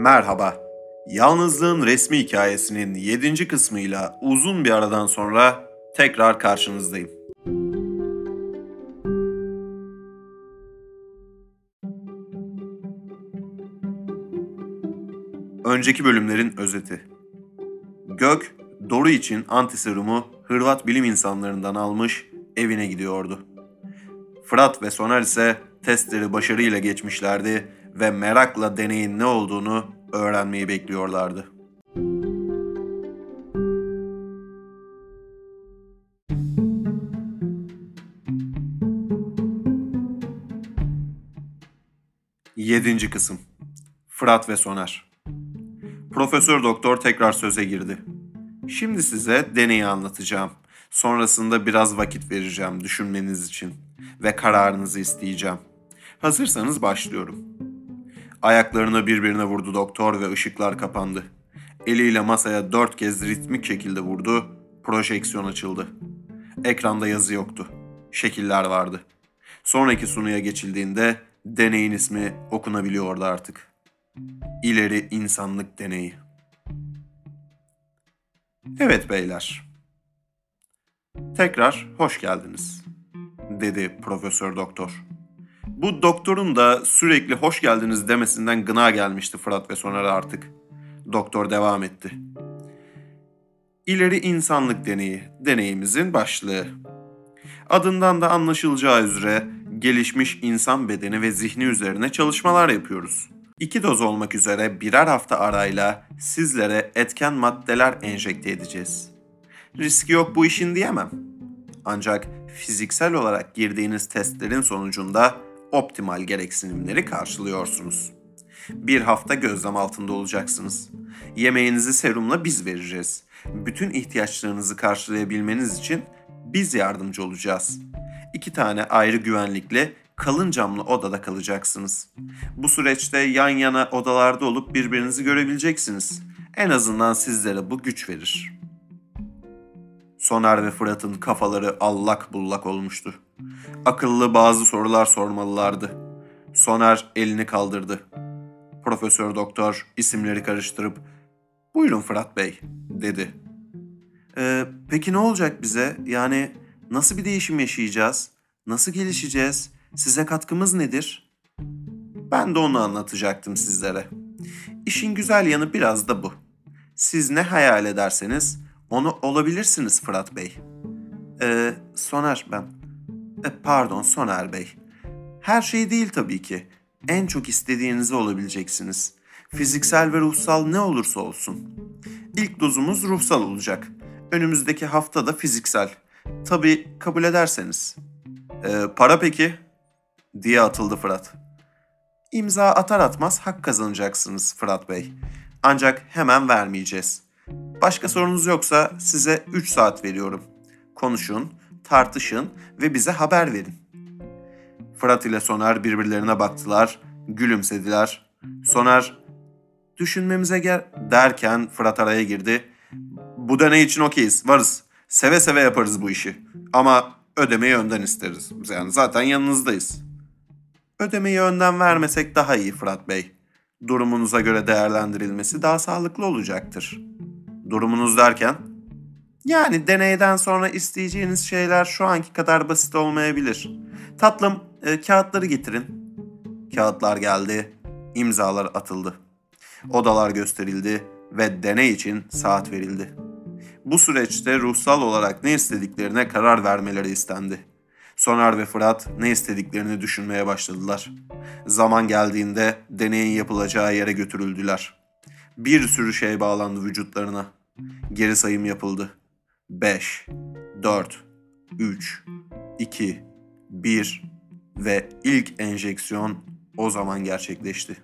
Merhaba. Yalnızlığın resmi hikayesinin 7. kısmıyla uzun bir aradan sonra tekrar karşınızdayım. Önceki bölümlerin özeti. Gök, Doru için antiserumu Hırvat bilim insanlarından almış, evine gidiyordu. Fırat ve Soner ise testleri başarıyla geçmişlerdi ve merakla deneyin ne olduğunu öğrenmeyi bekliyorlardı. Yedinci kısım. Fırat ve Soner. Profesör Doktor tekrar söze girdi. Şimdi size deneyi anlatacağım. Sonrasında biraz vakit vereceğim düşünmeniz için ve kararınızı isteyeceğim. Hazırsanız başlıyorum. Ayaklarını birbirine vurdu doktor ve ışıklar kapandı. Eliyle masaya 4 kez ritmik şekilde vurdu. Projeksiyon açıldı. Ekranda yazı yoktu. Şekiller vardı. Sonraki sunuya geçildiğinde deneyin ismi okunabiliyordu artık. İleri insanlık deneyi. Evet beyler. Tekrar hoş geldiniz, dedi Profesör Doktor. Bu doktorun da sürekli hoş geldiniz demesinden gına gelmişti Fırat ve Soner'e artık. Doktor devam etti. İleri insanlık deneyi, deneyimizin başlığı. Adından da anlaşılacağı üzere gelişmiş insan bedeni ve zihni üzerine çalışmalar yapıyoruz. 2 doz olmak üzere birer hafta arayla sizlere etken maddeler enjekte edeceğiz. Riski yok bu işin diyemem. Ancak fiziksel olarak girdiğiniz testlerin sonucunda optimal gereksinimleri karşılıyorsunuz. 1 hafta gözlem altında olacaksınız. Yemeğinizi serumla biz vereceğiz. Bütün ihtiyaçlarınızı karşılayabilmeniz için biz yardımcı olacağız. 2 tane ayrı güvenlikle kalın camlı odada kalacaksınız. Bu süreçte yan yana odalarda olup birbirinizi görebileceksiniz. En azından sizlere bu güç verir. Soner ve Fırat'ın kafaları allak bullak olmuştu. Akıllı bazı sorular sormalılardı. Soner elini kaldırdı. Profesör Doktor isimleri karıştırıp "Buyurun Fırat Bey," dedi. Peki ne olacak bize? Yani nasıl bir değişim yaşayacağız? Nasıl gelişeceğiz? Size katkımız nedir? Ben de onu anlatacaktım sizlere. İşin güzel yanı biraz da bu. Siz ne hayal ederseniz onu olabilirsiniz Fırat Bey. Soner ben. Pardon Soner Bey. Her şey değil tabii ki. En çok istediğinizi olabileceksiniz. Fiziksel ve ruhsal ne olursa olsun. İlk dozumuz ruhsal olacak. Önümüzdeki hafta da fiziksel. Tabii kabul ederseniz. Para peki? Diye atıldı Fırat. İmza atar atmaz hak kazanacaksınız Fırat Bey. Ancak hemen vermeyeceğiz. Başka sorunuz yoksa size 3 saat veriyorum. Konuşun, tartışın ve bize haber verin. Fırat ile Soner birbirlerine baktılar, gülümsediler. Soner, düşünmemize gel derken Fırat araya girdi. Bu deney için okeyiz, varız. Seve seve yaparız bu işi. Ama ödemeyi önden isteriz. Yani zaten yanınızdayız. Ödemeyi önden vermesek daha iyi Fırat Bey. Durumunuza göre değerlendirilmesi daha sağlıklı olacaktır. Durumunuz derken? Yani deneyden sonra isteyeceğiniz şeyler şu anki kadar basit olmayabilir. Tatlım, kağıtları getirin. Kağıtlar geldi, imzalar atıldı. Odalar gösterildi ve deney için saat verildi. Bu süreçte ruhsal olarak ne istediklerine karar vermeleri istendi. Soner ve Fırat ne istediklerini düşünmeye başladılar. Zaman geldiğinde deneyin yapılacağı yere götürüldüler. Bir sürü şey bağlandı vücutlarına. Geri sayım yapıldı. 5, 4, 3, 2, 1 ve ilk enjeksiyon o zaman gerçekleşti.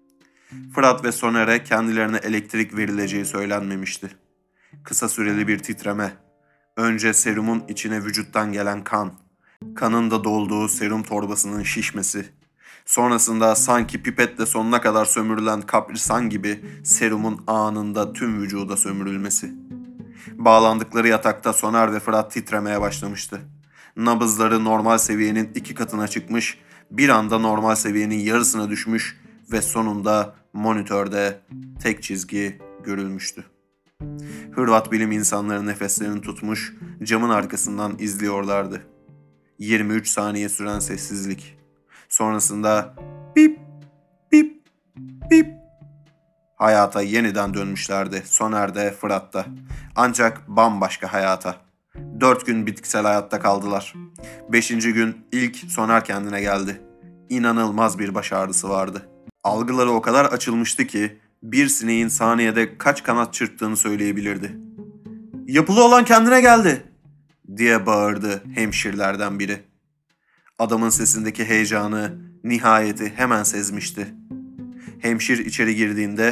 Fırat ve Soner'e kendilerine elektrik verileceği söylenmemişti. Kısa süreli bir titreme. Önce serumun içine vücuttan gelen kan. Kanın da dolduğu serum torbasının şişmesi. Sonrasında sanki pipetle sonuna kadar sömürülen kaprisan gibi serumun anında tüm vücuda sömürülmesi. Bağlandıkları yatakta Soner ve Fırat titremeye başlamıştı. Nabızları normal seviyenin 2 katına çıkmış, bir anda normal seviyenin yarısına düşmüş ve sonunda monitörde tek çizgi görülmüştü. Hırvat bilim insanları nefeslerini tutmuş, camın arkasından izliyorlardı. 23 saniye süren sessizlik. Sonrasında bip bip bip. Hayata yeniden dönmüşlerdi. Soner'de, Fırat'ta. Ancak bambaşka hayata. 4 gün bitkisel hayatta kaldılar. 5. gün ilk Soner kendine geldi. İnanılmaz bir baş ağrısı vardı. Algıları o kadar açılmıştı ki bir sineğin saniyede kaç kanat çırptığını söyleyebilirdi. "Yapılı olan kendine geldi!" diye bağırdı hemşirelerden biri. Adamın sesindeki heyecanı, nihayeti hemen sezmişti. Hemşir içeri girdiğinde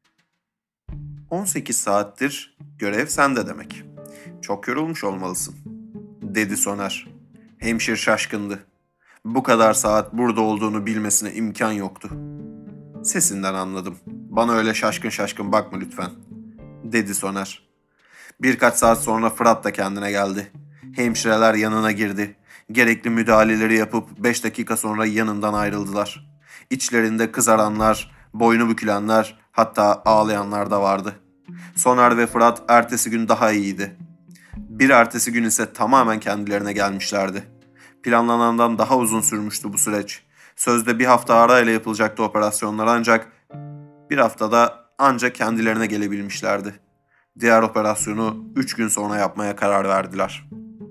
18 saattir görev sende demek. Çok yorulmuş olmalısın, dedi Soner. Hemşir şaşkındı. Bu kadar saat burada olduğunu bilmesine imkan yoktu. Sesinden anladım. Bana öyle şaşkın şaşkın bakma lütfen, dedi Soner. Birkaç saat sonra Fırat da kendine geldi. Hemşireler yanına girdi. Gerekli müdahaleleri yapıp 5 dakika sonra yanından ayrıldılar. İçlerinde kızaranlar, boynu bükülenler, hatta ağlayanlar da vardı. Soner ve Fırat ertesi gün daha iyiydi. Bir ertesi gün ise tamamen kendilerine gelmişlerdi. Planlanandan daha uzun sürmüştü bu süreç. Sözde bir hafta arayla yapılacaktı operasyonlar ancak bir haftada ancak kendilerine gelebilmişlerdi. Diğer operasyonu 3 gün sonra yapmaya karar verdiler.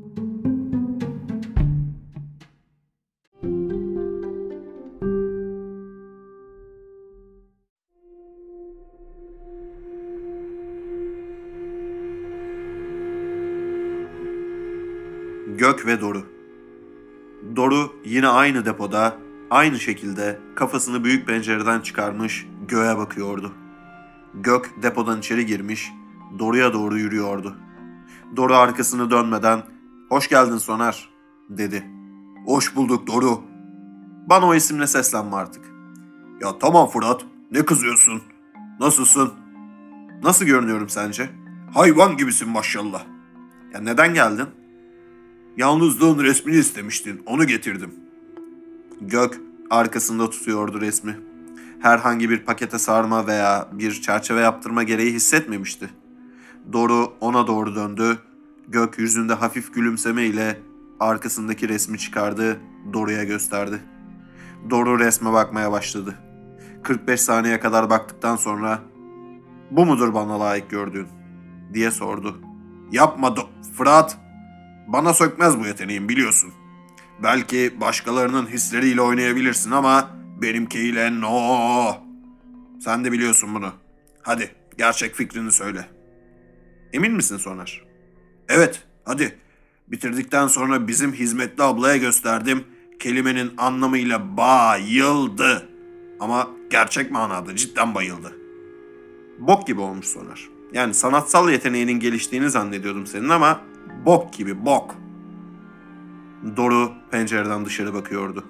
Gök ve Doru. Doru yine aynı depoda, aynı şekilde kafasını büyük pencereden çıkarmış göğe bakıyordu. Gök depodan içeri girmiş, Doru'ya doğru yürüyordu. Doru arkasını dönmeden "Hoş geldin Soner," dedi. "Hoş bulduk Doru." "Bana o isimle seslenme artık." "Ya tamam Fırat, ne kızıyorsun? Nasılsın?" "Nasıl görünüyorum sence?" "Hayvan gibisin maşallah." "Ya neden geldin?" "Yalnızlığın resmini istemiştin, onu getirdim." Gök arkasında tutuyordu resmi. Herhangi bir pakete sarma veya bir çerçeve yaptırma gereği hissetmemişti. Doru ona doğru döndü. Gök yüzünde hafif gülümseme ile arkasındaki resmi çıkardı, Doru'ya gösterdi. Doru resme bakmaya başladı. 45 saniye kadar baktıktan sonra "Bu mudur bana layık gördüğün?" diye sordu. "Yapma Fırat. Bana sökmez bu yeteneğin, biliyorsun. Belki başkalarının hisleriyle oynayabilirsin ama benimkiyle no. Sen de biliyorsun bunu. Hadi gerçek fikrini söyle." "Emin misin Soner?" "Evet, hadi. Bitirdikten sonra bizim hizmetli ablaya gösterdim. Kelimenin anlamıyla bayıldı. Ama gerçek manada cidden bayıldı." "Bok gibi olmuş Soner. Yani sanatsal yeteneğinin geliştiğini zannediyordum senin ama bok gibi bok." Doru pencereden dışarı bakıyordu.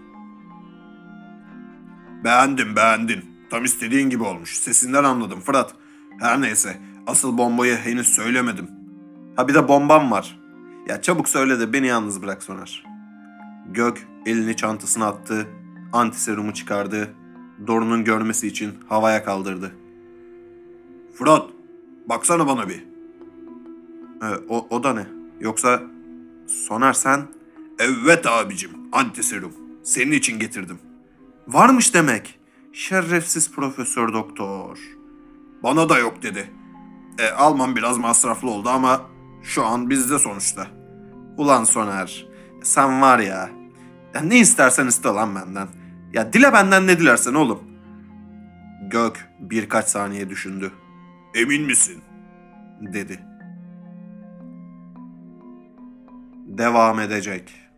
Beğendin. Tam istediğin gibi olmuş. Sesinden anladım Fırat. Her neyse, asıl bombayı henüz söylemedim." "Ha bir de bombam var." "Ya çabuk söyle de beni yalnız bırak Soner." Gök elini çantasına attı, antiserumu çıkardı, Doru'nun görmesi için havaya kaldırdı. "Fırat, baksana bana bir." O da ne? Yoksa Soner sen?" "Evet abicim, antiserum. Senin için getirdim." "Varmış demek. Şerefsiz profesör doktor." "Bana da yok dedi. Almam biraz masraflı oldu ama şu an bizde sonuçta." "Ulan Soner, sen var ya. Ya ne istersen iste lan benden. Ya dile benden ne dilersen oğlum." Gök birkaç saniye düşündü. "Emin misin?" dedi. Devam edecek.